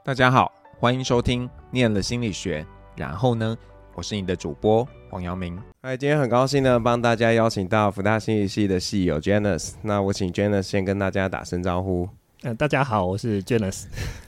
大家好，欢迎收听念了心理学，然后呢，我是你的主播黄阳明。 今天很高兴呢，帮大家邀请到福大心理系的系友 Janice。那我请 Janice 先跟大家打声招呼。 大家好，我是 Janice。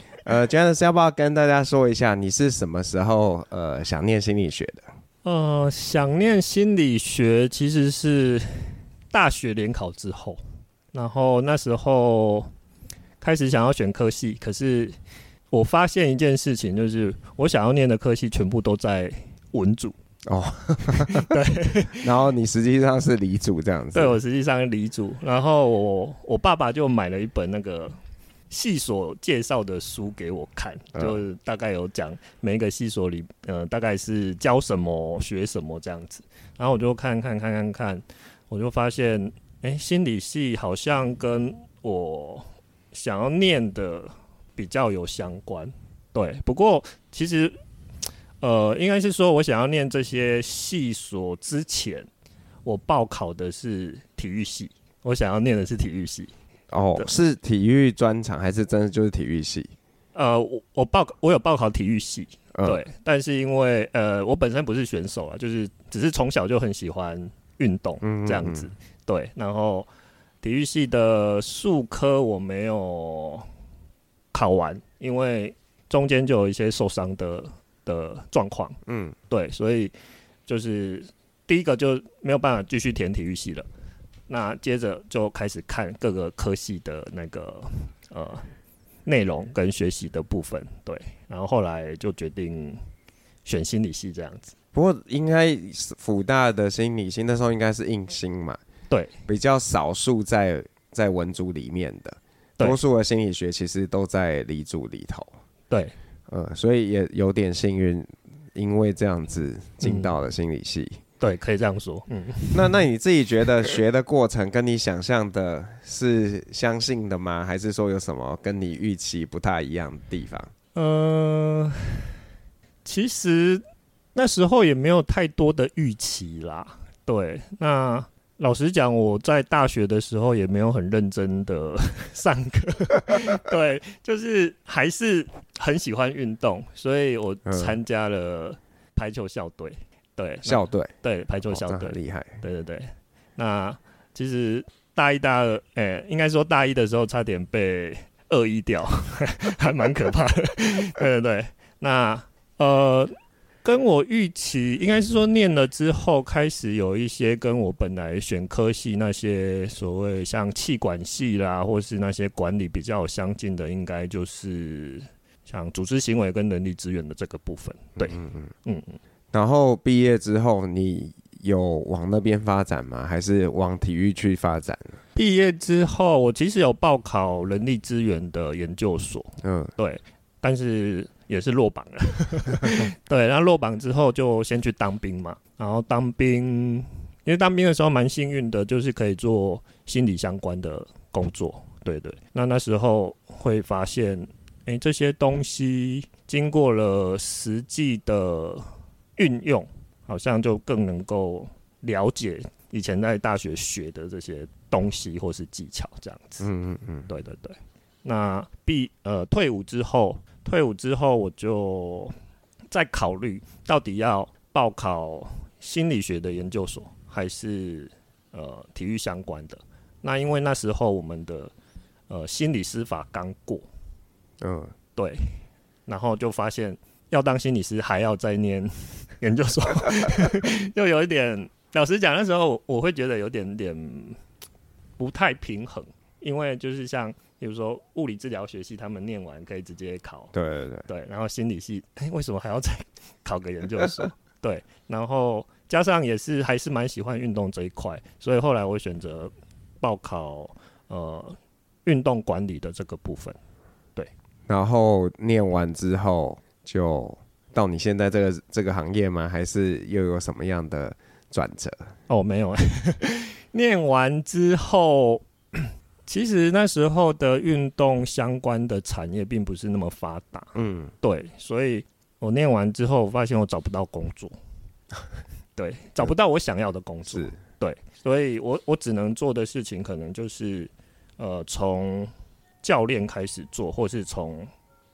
Janice 要不要跟大家说一下，你是什么时候想念心理学的？ 想念心理学其实是大学联考之后，然后那时候开始想要选科系，可是我发现一件事情，就是我想要念的科系全部都在文组。对， 然后你实际上是理组这样子。 对，我实际上是理组，然后我爸爸就买了一本那个系所介绍的书给我看，就是大概有讲每一个系所里大概是教什么学什么这样子，然后我就看，我就发现心理系好像跟我想要念的比较有相关。对，不过其实应该是说我想要念这些系所之前我报考的是体育系，我想要念的是体育系。 是体育专长还是真的就是体育系？ 我有报考体育系，对，但是因为我本身不是选手啦，就是只是从小就很喜欢运动这样子，对，然后体育系的术科我没有考完，因为中间就有一些受伤的状况，对，所以就是第一个就没有办法继续填体育系了。那接着就开始看各个科系的那个内容跟学习的部分，对，然后后来就决定选心理系这样子。 不过应该辅大的心理系那时候应该是应心嘛， 对， 比较少数在文组里面的，多数的心理学其实都在理组里头， 对， 所以也有点幸运，因为这样子进到了心理系。 对，可以这样说。 那你自己觉得学的过程跟你想象的是相信的吗？还是说有什么跟你预期不太一样的地方？ 其实那时候也没有太多的预期啦。对，那老实讲，我在大学的时候也没有很认真的上课。对，就是还是很喜欢运动，所以我参加了排球校队。对， 校队， 对，排球校队很厉害。 对。那其实大一、大二，应该说大一的时候差点被恶意掉，还蛮可怕的。对。那跟我预期，应该是说念了之后，开始有一些跟我本来选科系那些所谓像企管系啦，或是那些管理比较相近的，应该就是像组织行为跟人力资源的这个部分。对， 然后毕业之后，你有往那边发展吗？还是往体育去发展？ 毕业之后，我其实有报考人力资源的研究所，对，但是也是落榜了。对，然后落榜之后就先去当兵嘛，然后当兵，因为当兵的时候蛮幸运的，就是可以做心理相关的工作，对。那时候会发现，这些东西经过了实际的运用，好像就更能够了解以前在大学学的这些东西或是技巧这样子。对。那退伍之后我就在考虑到底要报考心理学的研究所还是体育相关的。那因为那时候我们的心理师法刚过，对，然后就发现要当心理师还要再念研究所，就有一点，老实讲，那时候我会觉得有点不太平衡，因为就是像比如说物理治疗学系，他们念完可以直接考，对，然后心理系，为什么还要再考个研究所？对，然后加上还是蛮喜欢运动这一块，所以后来我选择报考运动管理的这个部分，对。 然后念完之后就到你现在这个行业吗？还是又有什么样的转折？ 没有。念完之后，其实那时候的运动相关的产业并不是那么发达，对，所以我念完之后，我发现我找不到工作，对，找不到我想要的工作，对，所以我只能做的事情可能就是从教练开始做，或是从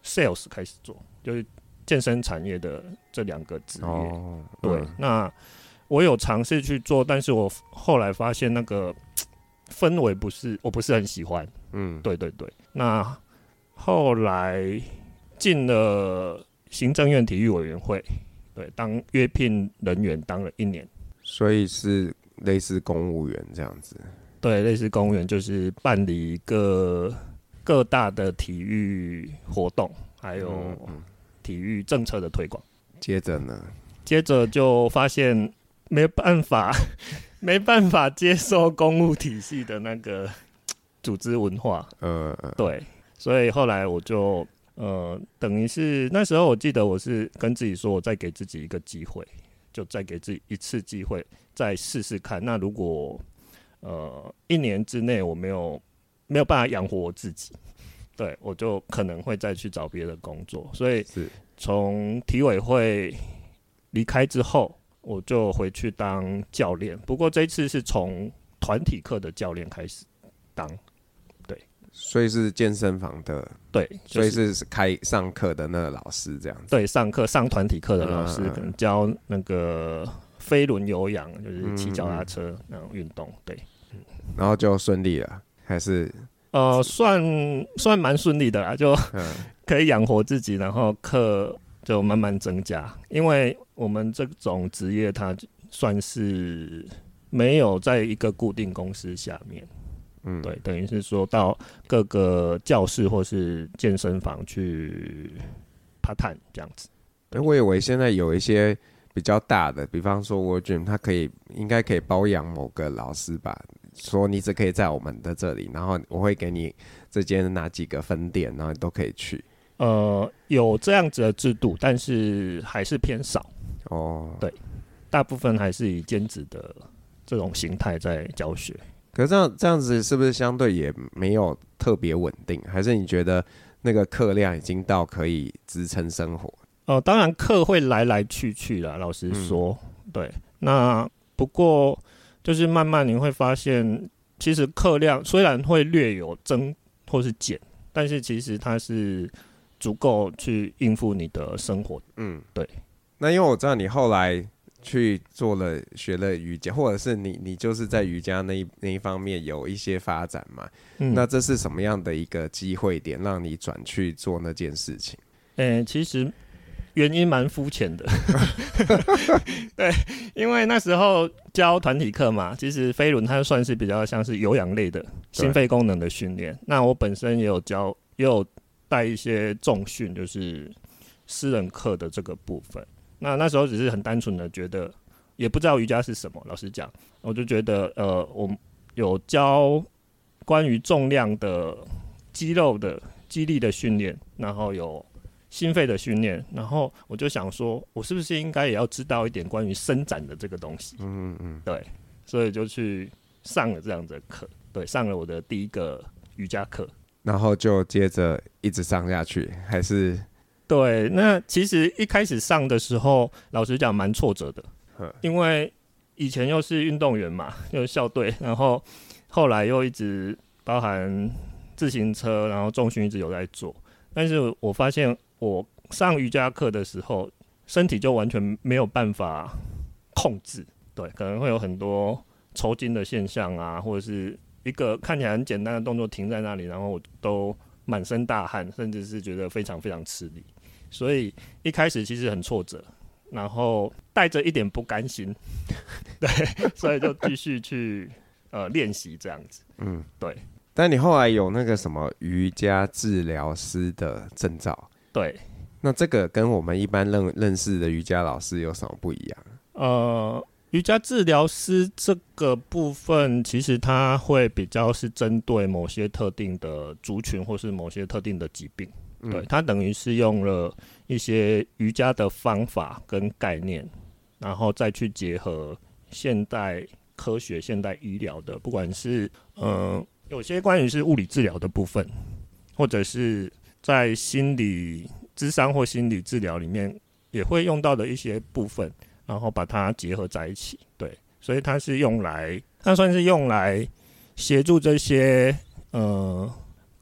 sales 开始做，就是健身产业的这2个职业。对，那我有尝试去做，但是我后来发现那个氛围我不是很喜欢。对。那后来进了行政院体育委员会，对，当约聘人员当了1年。 所以是类似公务员这样子。 对，类似公务员，就是办理各大的体育活动，还有体育政策的推广。 接着呢？ 接着就发现没办法接受公务体系的那个组织文化。对，所以后来我就等于是那时候我记得我是跟自己说，我再给自己一个机会，就再给自己一次机会，再试试看。那如果1年之内我没有办法养活我自己，对，我就可能会再去找别的工作。所以从体委会离开之后，我就回去当教练。不过这一次是从团体课的教练开始当。对， 所以是健身房的。对，所以是上课的那个老师这样子。 对，上团体课的老师，可能教那个飞轮有氧，就是骑脚踏车那种运动。对。 然后就顺利了，还是算蛮顺利的啦，就可以养活自己，然后课就慢慢增加。因为我们这种职业，它算是没有在一个固定公司下面，对，等于是说到各个教室或是健身房去part time这样子。 我以为现在有一些比较大的，比方说 World Gym， 它应该可以包养某个老师吧。说你只可以在我们的这里，然后我会给你这间哪几个分店，然后你都可以去。 有这样子的制度，但是还是偏少。对，大部分还是以兼职的这种形态在教学。 可是这样子是不是相对也没有特别稳定？还是你觉得那个课量已经到可以支撑生活？ 当然课会来来去去啦，老实说，对。那不过就是慢慢你会发现，其实课量虽然会略有增或是减，但是其实它是足够去应付你的生活。对。 那因为我知道你后来去学了瑜伽，或者是你就是在瑜伽那一方面有一些发展嘛。那这是什么样的一个机会点让你转去做那件事情？ 其实原因蛮肤浅的。对，因为那时候教团体课嘛，其实飞轮它算是比较像是有氧类的心肺功能的训练。那我本身也有带一些重训，就是私人课的这个部分。那时候只是很单纯的觉得，也不知道瑜伽是什么，老实讲，我就觉得我有教关于重量的肌肉的肌力的训练，然后有心肺的训练，然后我就想说，我是不是应该也要知道一点关于伸展的这个东西？对，所以就去上了这样的课，对，上了我的第一个瑜伽课， 然后就接着一直上下去，还是？ 对，那其实一开始上的时候，老实讲蛮挫折的，因为以前又是运动员嘛，又是校队，然后后来又一直包含自行车，然后重训一直有在做，但是我发现我上瑜伽课的时候，身体就完全没有办法控制，对，可能会有很多抽筋的现象啊，或者是一个看起来很简单的动作停在那里，然后我都满身大汗，甚至是觉得非常非常吃力，所以一开始其实很挫折，然后带着一点不甘心，对，所以就继续去练习这样子，对。 但你后来有那个什么瑜伽治疗师的证照， 对， 那这个跟我们一般认识的瑜伽老师有什么不一样？ 瑜伽治疗师这个部分，其实它会比较是针对某些特定的族群或是某些特定的疾病，对，它等于是用了一些瑜伽的方法跟概念，然后再去结合现代科学、现代医疗的，不管是有些关于是物理治疗的部分，或者是在心理諮商或心理治疗里面也会用到的一些部分，然后把它结合在一起，对，所以它算是用来协助这些可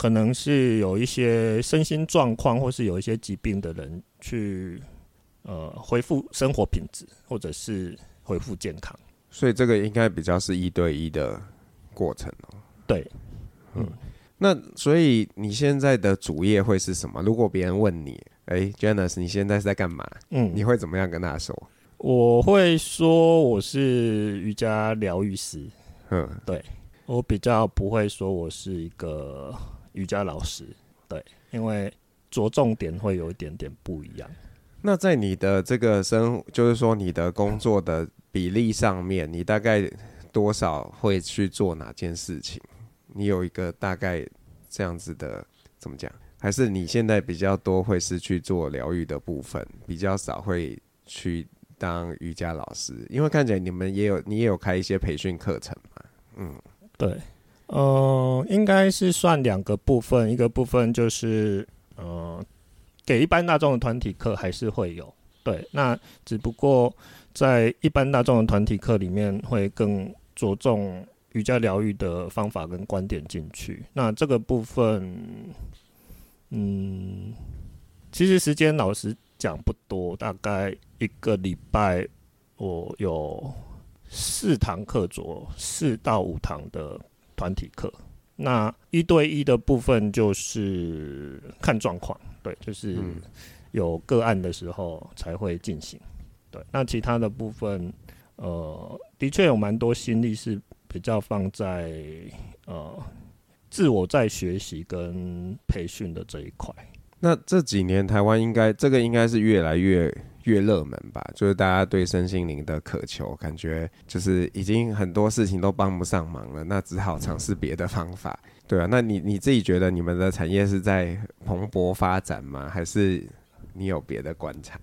可能是有一些身心状况或是有一些疾病的人去恢复生活品质，或者是恢复健康。 所以这个应该比较是1对1的过程哦。 对， 那所以你现在的主业会是什么？如果别人问你，Janice 你现在是在干嘛？你会怎么样跟他说？ 我会说我是瑜伽疗愈师。对，我比较不会说我是一个瑜伽老师。对，因为着重点会有一点点不一样。 那在你的这个就是说你的工作的比例上面，你大概多少会去做哪件事情？你有一个大概这样子的怎么讲？还是你现在比较多会是去做疗愈的部分，比较少会去当瑜伽老师？因为看起来你也有开一些培训课程嘛。 对，应该是算2个部分，一个部分就是给一般大众的团体课还是会有。对，那只不过在一般大众的团体课里面会更着重瑜伽疗愈的方法跟观点进去。那这个部分其实时间老实讲不多，大概1个礼拜我有4堂课左，4到5堂的团体课。那1对1的部分就是看状况，对，就是有个案的时候才会进行。对，那其他的部分的确有蛮多心力是比较放在自我在学习跟培训的这一块。 那这几年台湾这个应该是越来越热门吧，就是大家对身心灵的渴求，感觉就是已经很多事情都帮不上忙了，那只好尝试别的方法。对啊，那你自己觉得你们的产业是在蓬勃发展吗？还是你有别的观察？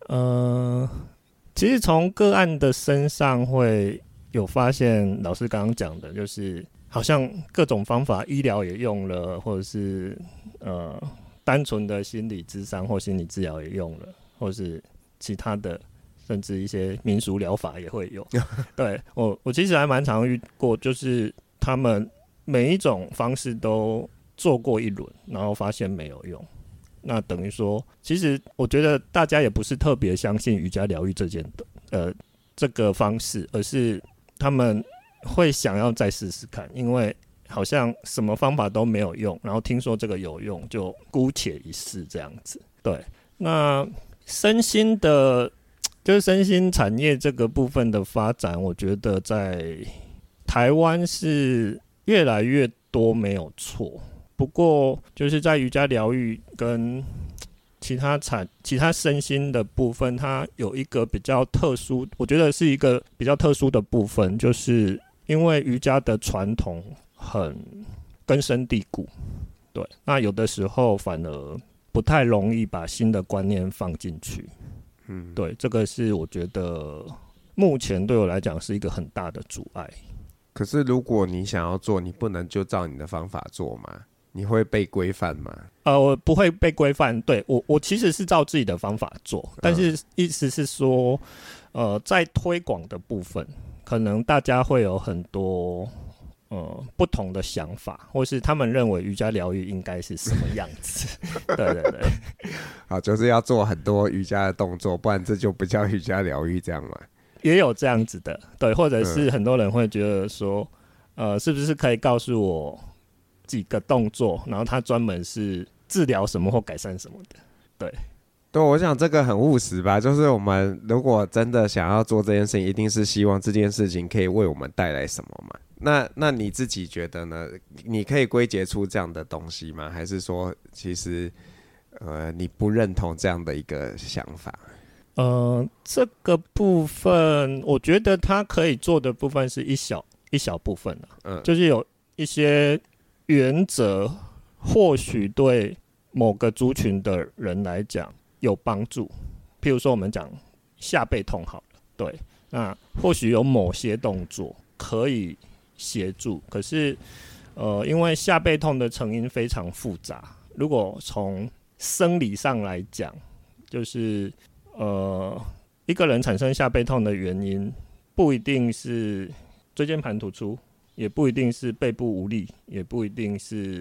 其实从个案的身上会有发现，老师刚刚讲的，就是好像各种方法，医疗也用了，或者是单纯的心理咨商或心理治疗也用了，或是其他的，甚至一些民俗疗法也会有。对，我其实还蛮常遇过，就是他们每一种方式都做过一轮，然后发现没有用。那等于说，其实我觉得大家也不是特别相信瑜伽疗愈这个方式，而是他们会想要再试试看，因为好像什么方法都没有用，然后听说这个有用，就姑且一试这样子。对，那身心产业这个部分的发展，我觉得在台湾是越来越多，没有错。不过就是在瑜伽疗愈跟其他身心的部分，它有一个比较特殊，我觉得是一个比较特殊的部分，就是因为瑜伽的传统很根深蒂固，对，那有的时候反而不太容易把新的观念放进去。对，这个是我觉得目前对我来讲是一个很大的阻碍。 可是如果你想要做，你不能就照你的方法做吗？你会被规范吗？ 我不会被规范，对，我其实是照自己的方法做，但是意思是说，在推广的部分，可能大家会有很多不同的想法，或是他们认为瑜伽疗愈应该是什么样子。对对对， 好，就是要做很多瑜伽的动作，不然这就不叫瑜伽疗愈，这样嘛？ 也有这样子的，对，或者是很多人会觉得说，是不是可以告诉我几个动作，然后它专门是治疗什么或改善什么的？ 对，我想这个很务实吧，就是我们如果真的想要做这件事情，一定是希望这件事情可以为我们带来什么嘛。那你自己觉得呢？你可以归结出这样的东西吗？还是说其实你不认同这样的一个想法？ 这个部分我觉得它可以做的部分是一小部分就是有一些原则或许对某个族群的人来讲有帮助，譬如说我们讲下背痛好了，对，那或许有某些动作可以协助，可是因为下背痛的成因非常复杂，如果从生理上来讲，就是一个人产生下背痛的原因不一定是椎间盘突出，也不一定是背部无力，也不一定是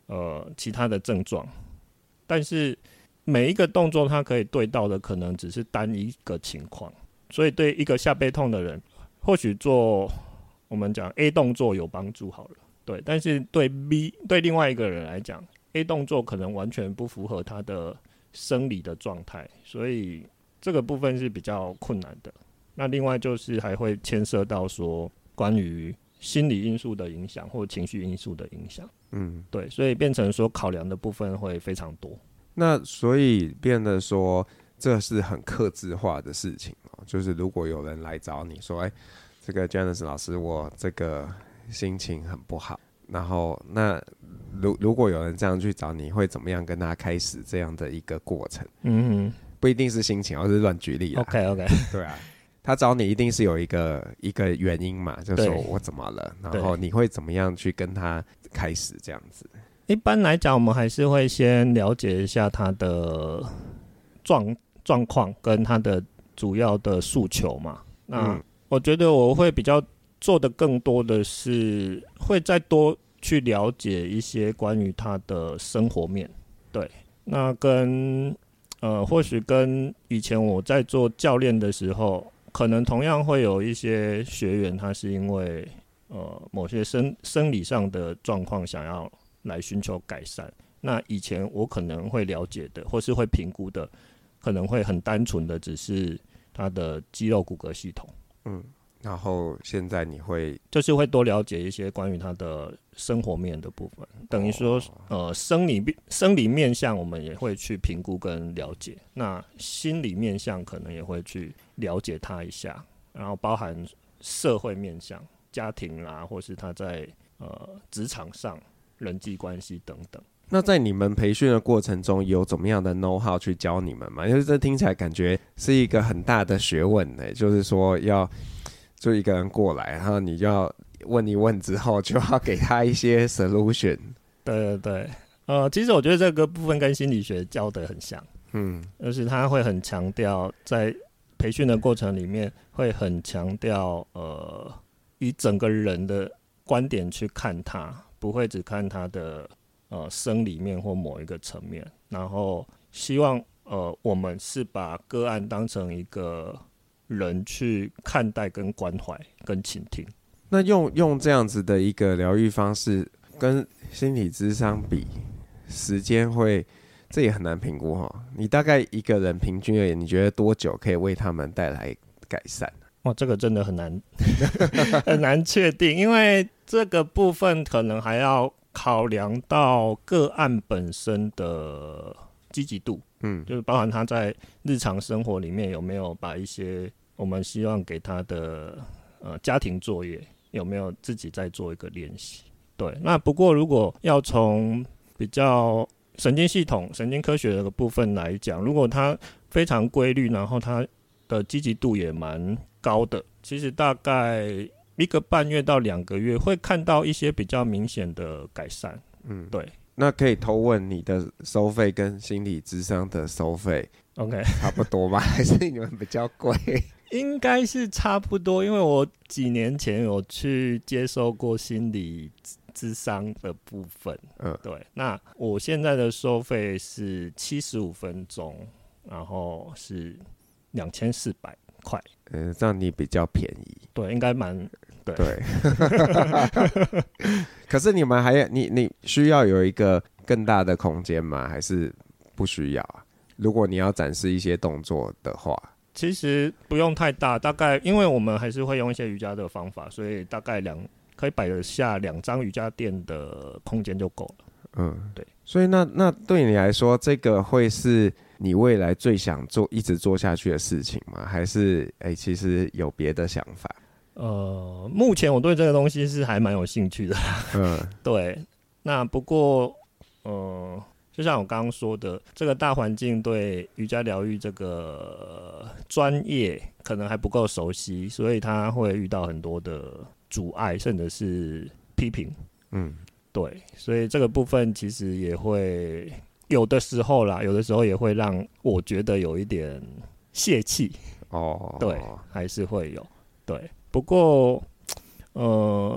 其他的症状，但是每一个动作它可以对到的可能只是单一个情况，所以对一个下背痛的人，或许做我们讲 A 动作有帮助好了，对，但是对另外一个人来讲 ，A 动作可能完全不符合他的生理的状态，所以这个部分是比较困难的。那另外就是还会牵涉到说关于心理因素的影响或情绪因素的影响，对，所以变成说考量的部分会非常多。 那所以变得说这是很客制化的事情就是如果有人来找你说，这个 Janice 老师，我这个心情很不好，然后那如果有人这样去找你，会怎么样跟他开始这样的一个过程？不一定是心情，而是乱举例啦。 OK， 对啊，他找你一定是有一个原因嘛，就说我怎么了，然后你会怎么样去跟他开始这样子？ 一般来讲，我们还是会先了解一下他的状况跟他的主要的诉求嘛。那我觉得我会比较做的更多的是会再多去了解一些关于他的生活面，对，那跟或许跟以前我在做教练的时候，可能同样会有一些学员他是因为某些生理上的状况想要来寻求改善，那以前我可能会了解的或是会评估的，可能会很单纯的只是他的肌肉骨骼系统， 然后现在你会就是会多了解一些关于他的生活面的部分，等于说生理面向我们也会去评估跟了解，那心理面向可能也会去了解他一下，然后包含社会面向家庭啊，或是他在职场上人际关系等等。 那在你们培训的过程中，有怎么样的 know how 去教你们吗？因为这听起来感觉是一个很大的学问呢，就是说就一个人过来，然后你就要问一问之后，就要给他一些 solution。 对对对，其实我觉得这个部分跟心理学教的很像，就是他会很强调在培训的过程里面会很强调以整个人的观点去看他，不会只看他的生理面或某一个层面，然后希望我们是把个案当成一个人去看待跟关怀跟倾听。 那用这样子的一个疗愈方式跟心理咨商比，时间会这也很难评估齁。你大概一个人平均而言，你觉得多久可以为他们带来改善？ 哇，这个真的很难很难确定，因为这个部分可能还要考量到个案本身的积极度，就是包含他在日常生活里面有没有把一些我们希望给他的家庭作业有没有自己在做一个练习。对，那不过如果要从比较神经系统神经科学的部分来讲，如果他非常规律，然后他的积极度也蛮高的，其实大概1个半月到2个月会看到一些比较明显的改善。对。 那可以偷问你的收费跟心理咨商的收费 OK 差不多吗？还是你们比较贵？ 应该是差不多，因为我几年前有去接受过心理咨商的部分。对，那我现在的收费是75分钟，然后是2400块。 这样你比较便宜。 对，应该蛮对。 可是你们你需要有一个更大的空间吗？还是不需要啊？如果你要展示一些动作的话， 其实不用太大，大概因为我们还是会用一些瑜伽的方法，所以大概可以摆得下2张瑜伽垫的空间就够了。对。 所以那对你来说，这个会是你未来最想一直做下去的事情吗？还是其实有别的想法？ 目前我对这个东西是还蛮有兴趣的。对。那不过就像我刚刚说的，这个大环境对瑜伽疗愈这个专业可能还不够熟悉，所以他会遇到很多的阻碍，甚至是批评。对，所以这个部分其实也会有的时候也会让我觉得有一点泄气。对，还是会有。对，不过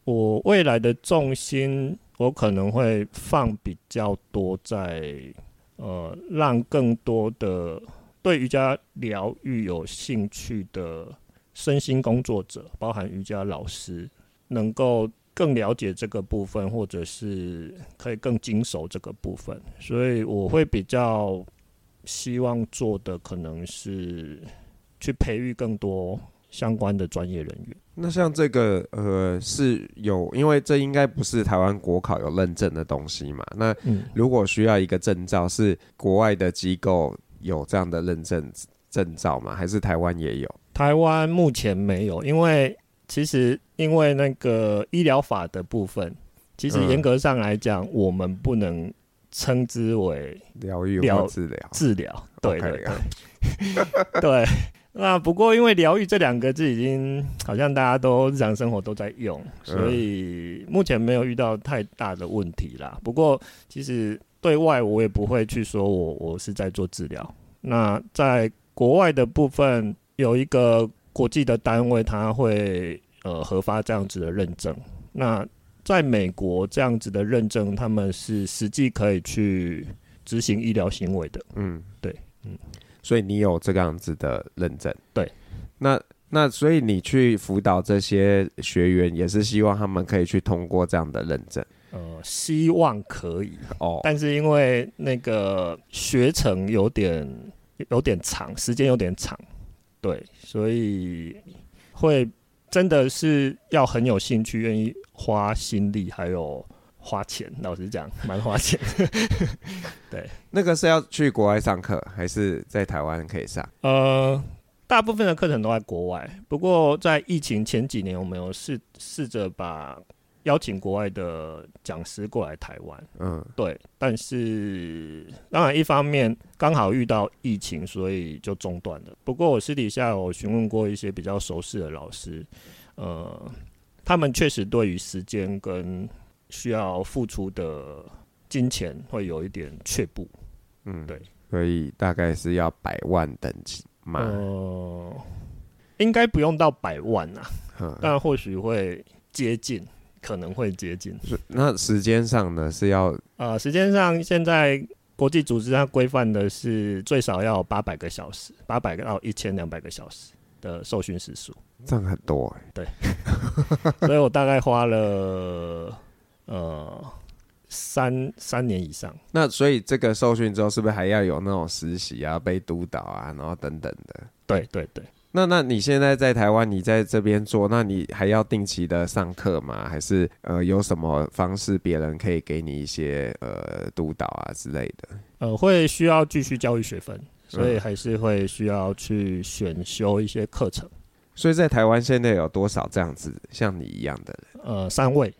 我未来的重心，我可能会放比较多在让更多的对瑜伽疗愈有兴趣的身心工作者，包含瑜伽老师，能够更了解这个部分，或者是可以更精熟这个部分。所以我会比较希望做的可能是去培育更多相关的专业人员。 那像这个是有，因为这应该不是台湾国考有认证的东西嘛？那如果需要一个证照，是国外的机构有这样的认证证照吗？还是台湾也有？ 台湾目前没有，因为那个医疗法的部分，其实严格上来讲，我们不能称之为疗愈或治疗。 对对对对。那不过因为疗愈这2个字已经好像大家都日常生活都在用，所以目前没有遇到太大的问题啦。不过其实对外我也不会去说我是在做治疗。那在国外的部分有一个国际的单位，它会核发这样子的认证。那在美国这样子的认证，他们是实际可以去执行医疗行为的。对， 所以你有这个样子的认证。 对， 那所以你去辅导这些学员，也是希望他们可以去通过这样的认证。 希望可以但是因为那个学程有点长，时间有点长，对，所以会真的是要很有兴趣，愿意花心力，还有花钱。老实讲，蛮花钱的。对，那个是要去国外上课，还是在台湾可以上？ 大部分的课程都在国外，不过在疫情前几年，我们有试着邀请国外的讲师过来台湾。对，但是当然一方面刚好遇到疫情，所以就中断了。不过我私底下有询问过一些比较熟识的老师，他们确实对于时间跟需要付出的金钱会有一点却步。对， 所以大概是要100万等级吗？ 应该不用到100万啊，但或许会接近。可能会接近。 那时间上呢？是要时间上现在国际组织它规范的是最少要800个小时，800到1200个小时的受训时数。 这样很多对，所以我大概花了3年以上。 那所以这个受训之后，是不是还要有那种实习啊、被督导啊，然后等等的？ 对对对。 那你现在在台湾，你在这边做，那你还要定期的上课吗？还是有什么方式别人可以给你一些督导啊之类的？ 会需要继续教育学分，所以还是会需要去选修一些课程。 所以在台湾现在有多少这样子像你一样的人 ？3位。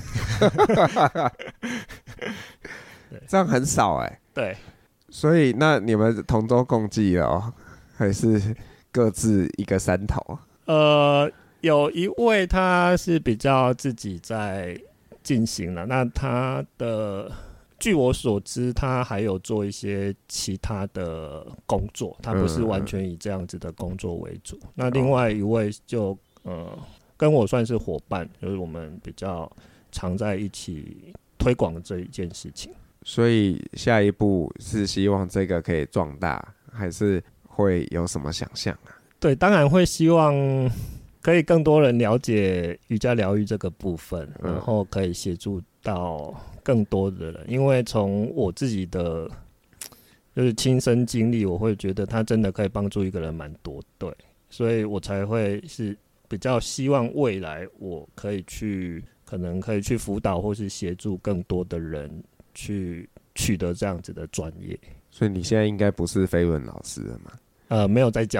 这样很少对。 所以那你们同舟共济了还是？各自一个山头。 有一位他是比较自己在进行了，那他的据我所知，他还有做一些其他的工作，他不是完全以这样子的工作为主。那另外一位就跟我算是伙伴，就是我们比较常在一起推广这一件事情。 所以下一步是希望这个可以壮大，还是？会有什么想象啊？ 对，当然会希望可以更多人了解瑜伽疗愈这个部分，然后可以协助到更多的人。因为从我自己的就是亲身经历，我会觉得它真的可以帮助一个人蛮多，对，所以我才会是比较希望未来我可能可以去辅导或是协助更多的人去取得这样子的专业。 所以你现在应该不是飞轮老师了吗？ 没有在教。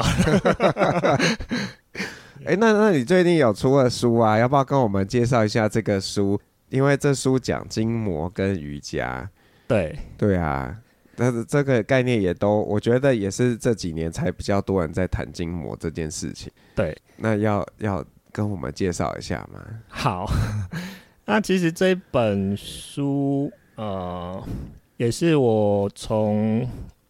那你最近有出了书啊？要不要跟我们介绍一下这个书？因为这书讲筋膜跟瑜伽。对啊，但是这个概念也都，我觉得也是这几年才比较多人在谈筋膜这件事情。 对， 那要跟我们介绍一下吗？ 好，那其实这本书也是我从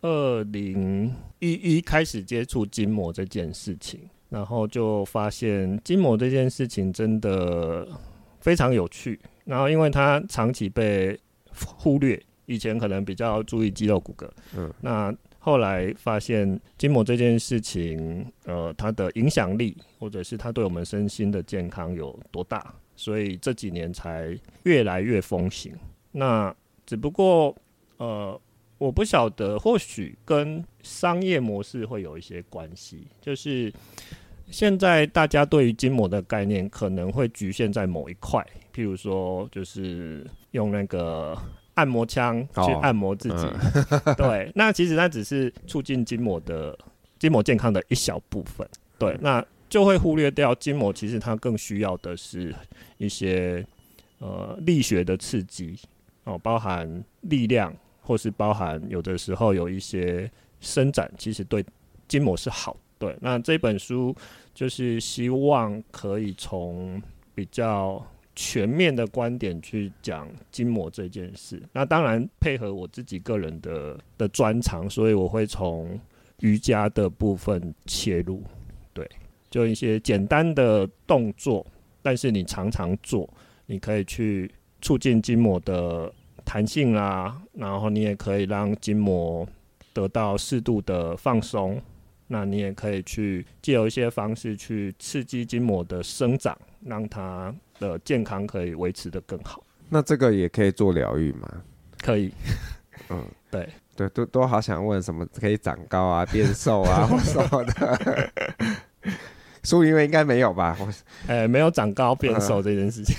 2011开始接触筋膜这件事情，然后就发现筋膜这件事情真的非常有趣。然后因为它长期被忽略，以前可能比较注意肌肉骨骼，那后来发现筋膜这件事情，它的影响力或者是它对我们身心的健康有多大，所以这几年才越来越风行。那只不过我不晓得，或许跟商业模式会有一些关系，就是现在大家对于筋膜的概念可能会局限在某一块，譬如说就是用那个按摩枪去按摩自己，对，那其实那只是促进筋膜健康的一小部分，对，那就会忽略掉筋膜其实它更需要的是一些力学的刺激，包含力量，或是包含有的时候有一些伸展，其实对筋膜是好。对，那这本书就是希望可以从比较全面的观点去讲筋膜这件事。那当然配合我自己个人的专长，所以我会从瑜伽的部分切入。对，就一些简单的动作，但是你常常做，你可以去促进筋膜的弹性啦，然后你也可以让筋膜得到适度的放松。那你也可以去藉由一些方式去刺激筋膜的生长，让它的健康可以维持得更好。 那这个也可以做疗愈吗？ 可以。对， 都好想问什么可以长高啊、变瘦啊或什么的。书里面应该没有吧？ 没有长高变瘦这件事情。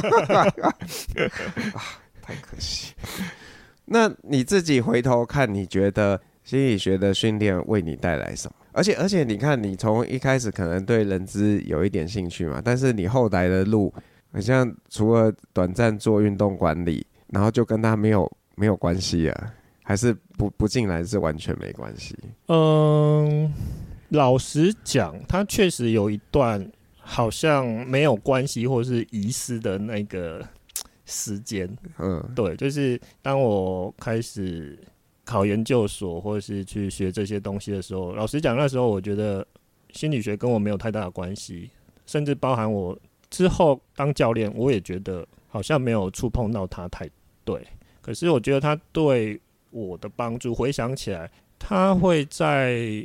太可惜。那你自己回头看，你觉得心理学的训练为你带来什么？而且你看，你从一开始可能对人资有一点兴趣嘛，但是你后来的路好像除了短暂做运动管理，然后就跟他没有关系啊，还是不进来是完全没关系？ 老实讲，他确实有一段好像没有关系或是遗失的那个时间。对，就是当我开始考研究所或是去学这些东西的时候，老实讲，那时候我觉得心理学跟我没有太大的关系，甚至包含我之后当教练，我也觉得好像没有触碰到它太对。可是我觉得它对我的帮助，回想起来，它会在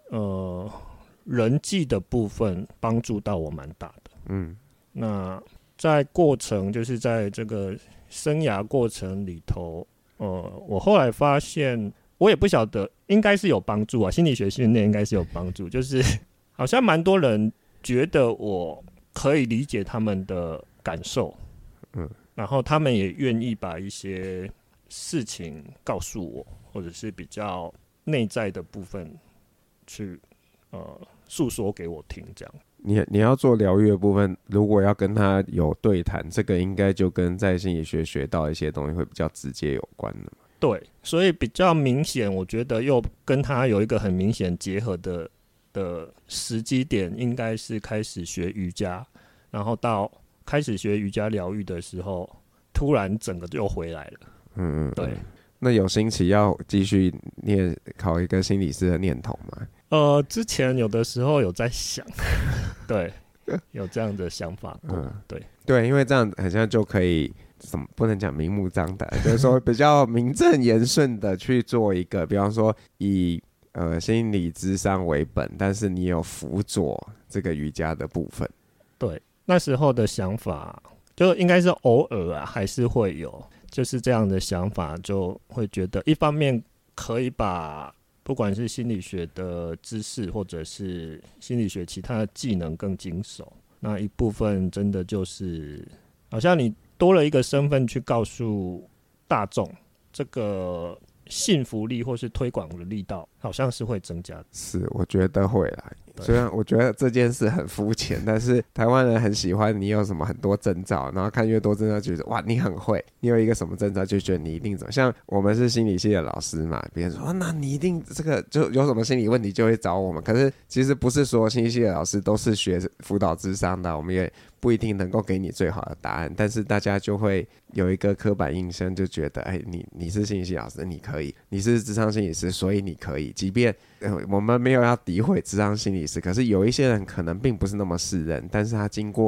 人际的部分帮助到我蛮大的。那在过程，就是在这个生涯过程里头，我后来发现，我也不晓得，应该是有帮助啊。心理学训练应该是有帮助，就是好像蛮多人觉得我可以理解他们的感受，然后他们也愿意把一些事情告诉我，或者是比较内在的部分去诉说给我听，这样。 你要做疗愈的部分，如果要跟他有对谈，这个应该就跟在心理学学到一些东西会比较直接有关的嘛。 对，所以比较明显，我觉得又跟他有一个很明显结合的时机点，应该是开始学瑜伽，然后到开始学瑜伽疗愈的时候，突然整个就回来了。对。 那有兴起要继续考一个心理师的念头吗？ 之前有的时候有在想，对，有这样的想法过。 对，因为这样好像就可以不能讲明目张胆，就是说比较名正言顺的去做一个，比方说以心理諮商为本，但是你有辅佐这个瑜伽的部分。 对，那时候的想法就应该是偶尔啊，还是会有。就是这样的想法，就会觉得一方面可以把不管是心理学的知识或者是心理学其他的技能更精熟，那一部分真的就是好像你多了一个身份去告诉大众，这个信服力或是推广的力道好像是会增加的。 是，我觉得会啦。虽然我觉得这件事很肤浅，但是台湾人很喜欢你有什么很多证照，然后看越多证照就觉得哇你很会，你有一个什么证照就觉得你一定怎么。像我们是心理系的老师嘛，别人说那你一定这个就有什么心理问题就会找我们，可是其实不是所有心理系的老师都是学辅导諮商的，我们也不一定能够给你最好的答案，但是大家就会有一个刻板印象，就觉得你是心理系老师，你可以，你是諮商心理师，所以你可以。即便我们没有要诋毁諮商心理师，可是有一些人可能并不是那么适任，但是他经过了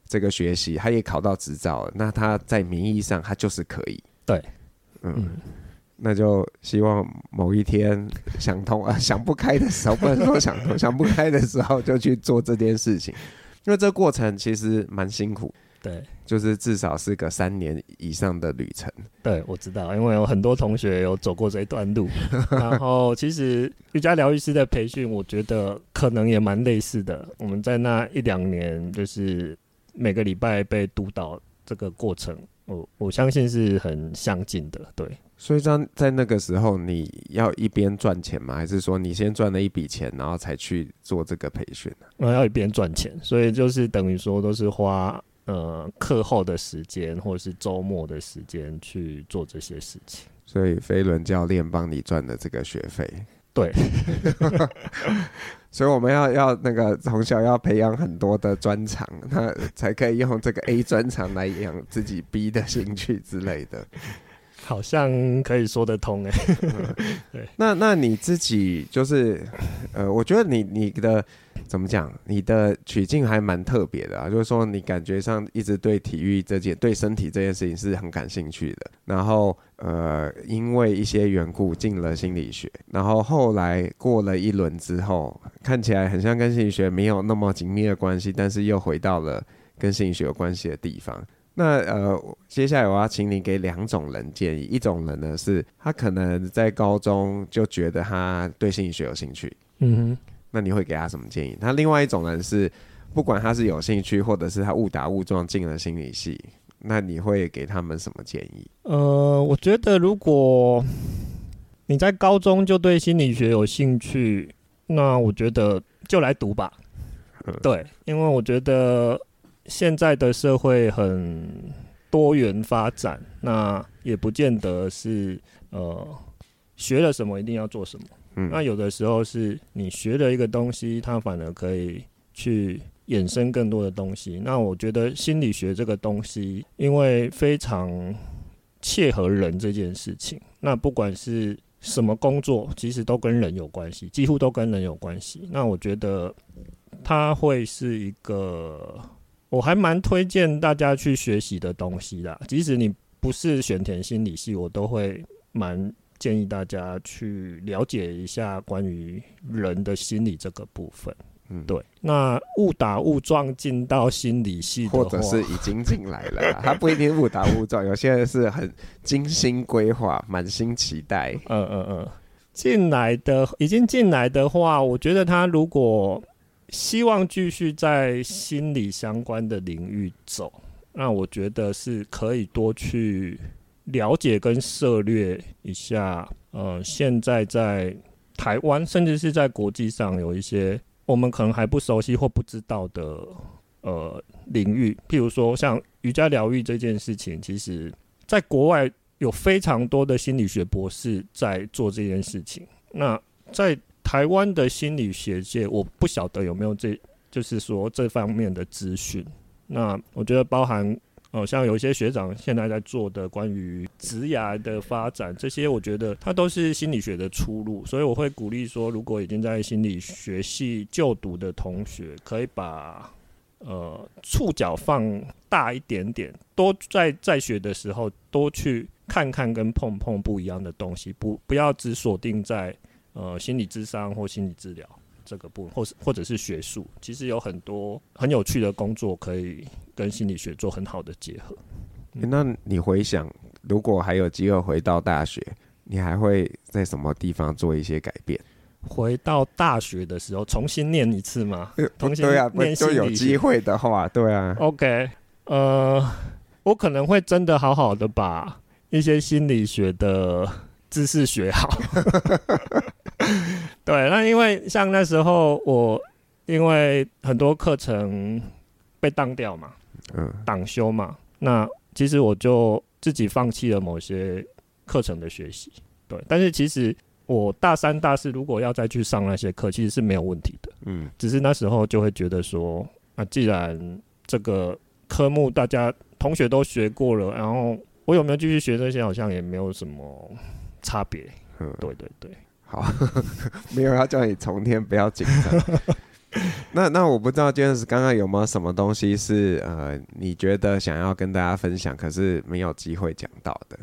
这个学习，他也考到执照了，那他在名义上他就是可以。 对， 那就希望某一天想通想不开的时候，不能说想通，想不开的时候就去做这件事情，因为这过程其实蛮辛苦。 对， 就是至少是个3年以上的旅程。 对，我知道，因为有很多同学有走过这一段路。然后，其实瑜伽疗愈师的培训，我觉得可能也蛮类似的。我们在那1-2年，就是每个礼拜被督导这个过程，我相信是很相近的。对， 所以在那个时候，你要一边赚钱吗？还是说你先赚了一笔钱，然后才去做这个培训呢？ 要一边赚钱，所以就是等于说都是花课后的时间或者是周末的时间去做这些事情。 所以飞轮教练帮你赚的这个学费。 对。 所以我们要那个从小要培养很多的专长，那才可以用这个 A 专长来养自己 B 的兴趣之类的。 好像可以说得通对。 那你自己就是我觉得你的怎么讲，你的取径还蛮特别的就是说你感觉上一直对体育对身体这件事情是很感兴趣的，然后因为一些缘故进了心理学，然后后来过了一轮之后，看起来很像跟心理学没有那么紧密的关系，但是又回到了跟心理学有关系的地方。那接下来我要请你给2种人建议。一种人呢是他可能在高中就觉得他对心理学有兴趣，那你会给他什么建议？那另外一种人是不管他是有兴趣或者是他误打误撞进了心理系，那你会给他们什么建议？ 我觉得如果你在高中就对心理学有兴趣，那我觉得就来读吧。对，因为我觉得现在的社会很多元发展，那也不见得是学了什么一定要做什么。那有的时候是你学了一个东西，它反而可以去衍生更多的东西。那我觉得心理学这个东西，因为非常切合人这件事情，那不管是什么工作，其实都跟人有关系，几乎都跟人有关系。那我觉得它会是一个我还蛮推荐大家去学习的东西啦。即使你不是选填心理系，我都会蛮建议大家去了解一下关于人的心理这个部分。对。那误打误撞进到心理系的话， 或者是已经进来了他不一定误打误撞，有些人是很精心规划，满心期待。 已经进来的话，我觉得他如果希望继续在心理相关的领域走，那我觉得是可以多去了解跟涉猎一下现在在台湾甚至是在国际上有一些我们可能还不熟悉或不知道的领域。譬如说像瑜伽疗愈这件事情，其实在国外有非常多的心理学博士在做这件事情。那在台湾的心理学界，我不晓得有没有就是说这方面的资讯。那我觉得包含像有一些学长现在在做的关于职涯的发展，这些我觉得它都是心理学的出路。所以我会鼓励说，如果已经在心理学系就读的同学，可以把触角放大一点点，多在学的时候多去看看跟碰碰不一样的东西，不要只锁定在心理諮商或心理治疗这个部分，或者是学术，其实有很多很有趣的工作可以跟心理学做很好的结合。 那你回想，如果还有机会回到大学，你还会在什么地方做一些改变？ 回到大学的时候重新念一次吗？重新对啊， 念心理学， 就有机会的话，对啊。 OK， 我可能会真的好好的把一些心理学的知识学好。对，那因为像那时候我因为很多课程被当掉嘛，挡修嘛，那其实我就自己放弃了某些课程的学习。对，但是其实我大3、大4如果要再去上那些课，其实是没有问题的。只是那时候就会觉得说，既然这个科目大家同学都学过了，然后我有没有继续学这些，好像也没有什么差别。对对对， 好，没有要叫你从天，不要紧张。 那我不知道 Janice 刚刚有没有什么东西是你觉得想要跟大家分享，可是没有机会讲到的？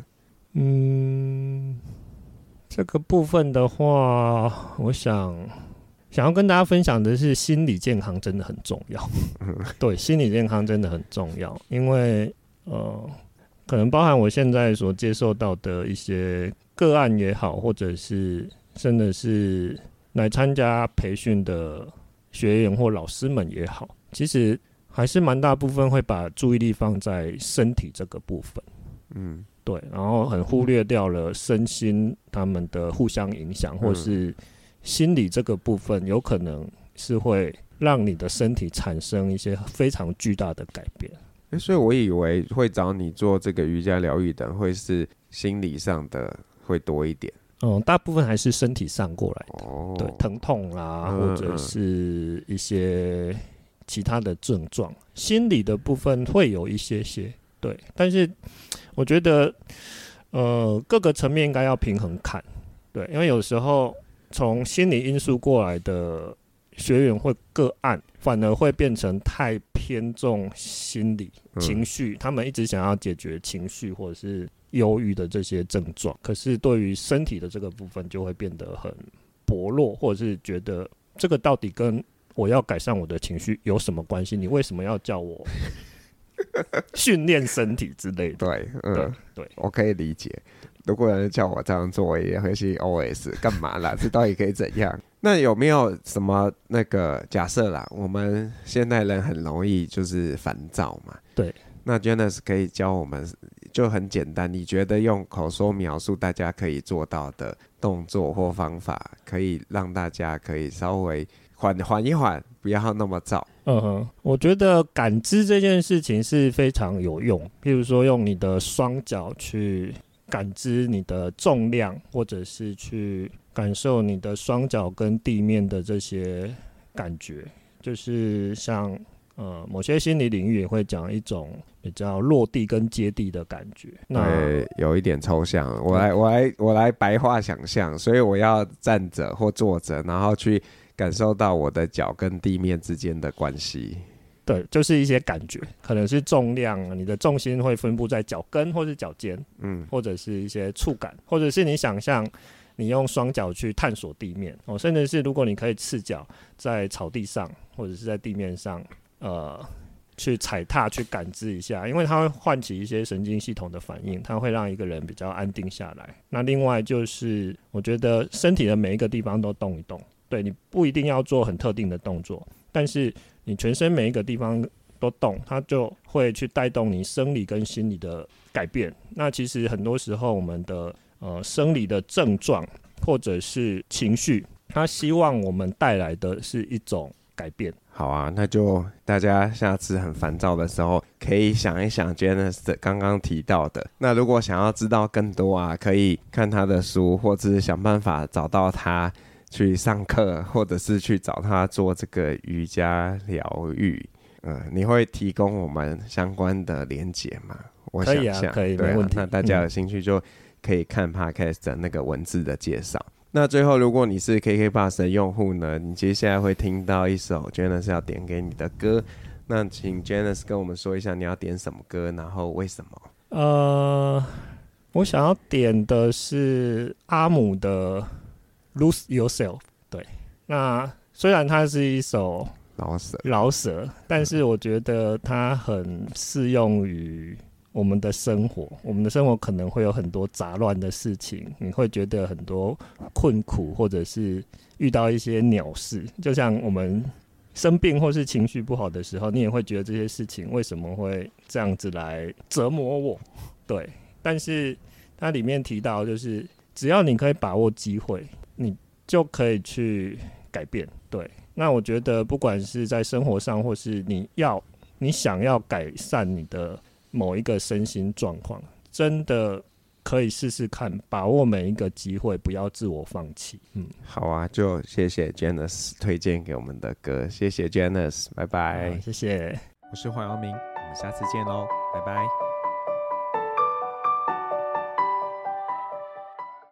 这个部分的话，我想要跟大家分享的是，心理健康真的很重要。对，心理健康真的很重要，因为可能包含我现在所接受到的一些个案也好，或者是真的是来参加培训的学员或老师们也好，其实还是蛮大部分会把注意力放在身体这个部分。对，然后很忽略掉了身心他们的互相影响，或是心理这个部分有可能是会让你的身体产生一些非常巨大的改变。 所以我以为会找你做这个瑜伽疗愈的会是心理上的会多一点。 大部分还是身体上过来的，对，疼痛啦，或者是一些其他的症状，心理的部分会有一些，对，但是我觉得各个层面应该要平衡看，对，因为有时候从心理因素过来的学员或个案，反而会变成太偏重心理情绪，他们一直想要解决情绪或者是忧郁的这些症状，可是对于身体的这个部分就会变得很薄弱，或者是觉得这个到底跟我要改善我的情绪有什么关系？你为什么要叫我训练身体之类的？ 对，我可以理解。如果有人叫我这样做，我也会去 OS 干嘛啦？这到底可以怎样？那有没有什么那个假设啦？我们现代人很容易就是烦躁嘛。 对。 那 Janice 可以教我们，就很简单，你觉得用口说描述大家可以做到的动作或方法，可以让大家可以稍微缓一缓，不要那么躁。 我觉得感知这件事情是非常有用，譬如说用你的双脚去感知你的重量，或者是去感受你的双脚跟地面的这些感觉，就是像某些心理领域也会讲一种比较落地跟接地的感觉。那有一点抽象，我来白话想象，所以我要站着或坐着，然后去感受到我的脚跟地面之间的关系。 对，就是一些感觉，可能是重量，你的重心会分布在脚跟或是脚尖，或者是一些触感，或者是你想象你用双脚去探索地面，甚至是如果你可以赤脚在草地上或者是在地面上去踩踏去感知一下，因为它会唤起一些神经系统的反应，它会让一个人比较安定下来。那另外就是我觉得身体的每一个地方都动一动，对，你不一定要做很特定的动作，但是你全身每一个地方都动，它就会去带动你生理跟心理的改变。那其实很多时候我们的生理的症状或者是情绪，它希望我们带来的是一种改变。 好啊，那就大家下次很烦躁的时候，可以想一想 Janice 刚刚提到的。那如果想要知道更多啊，可以看他的书，或者是想办法找到他去上课，或者是去找他做这个瑜伽疗愈。你会提供我们相关的连结吗？我想象可以，没问题。 那大家有兴趣就可以看 Podcast 的那个文字的介绍。那最后，如果你是 KKBOX 的用户呢，你接下来会听到一首 Janice 要点给你的歌。那请 Janice 跟我们说一下你要点什么歌，然后为什么？ 我想要点的是阿姆的 Lose Yourself。对，那虽然它是一首饶舌，但是我觉得它很适用于我们的生活。我们的生活可能会有很多杂乱的事情，你会觉得很多困苦，或者是遇到一些鸟事，就像我们生病或是情绪不好的时候，你也会觉得这些事情为什么会这样子来折磨我。对，但是它里面提到，就是只要你可以把握机会，你就可以去改变。对，那我觉得不管是在生活上，或是你想要改善你的某一个身心状况，真的可以试试看，把握每一个机会，不要自我放弃。 好啊，就谢谢 Janice 推荐给我们的歌，谢谢 Janice， 拜拜。 谢谢。 我是黄阳明，我们下次见喽，拜拜。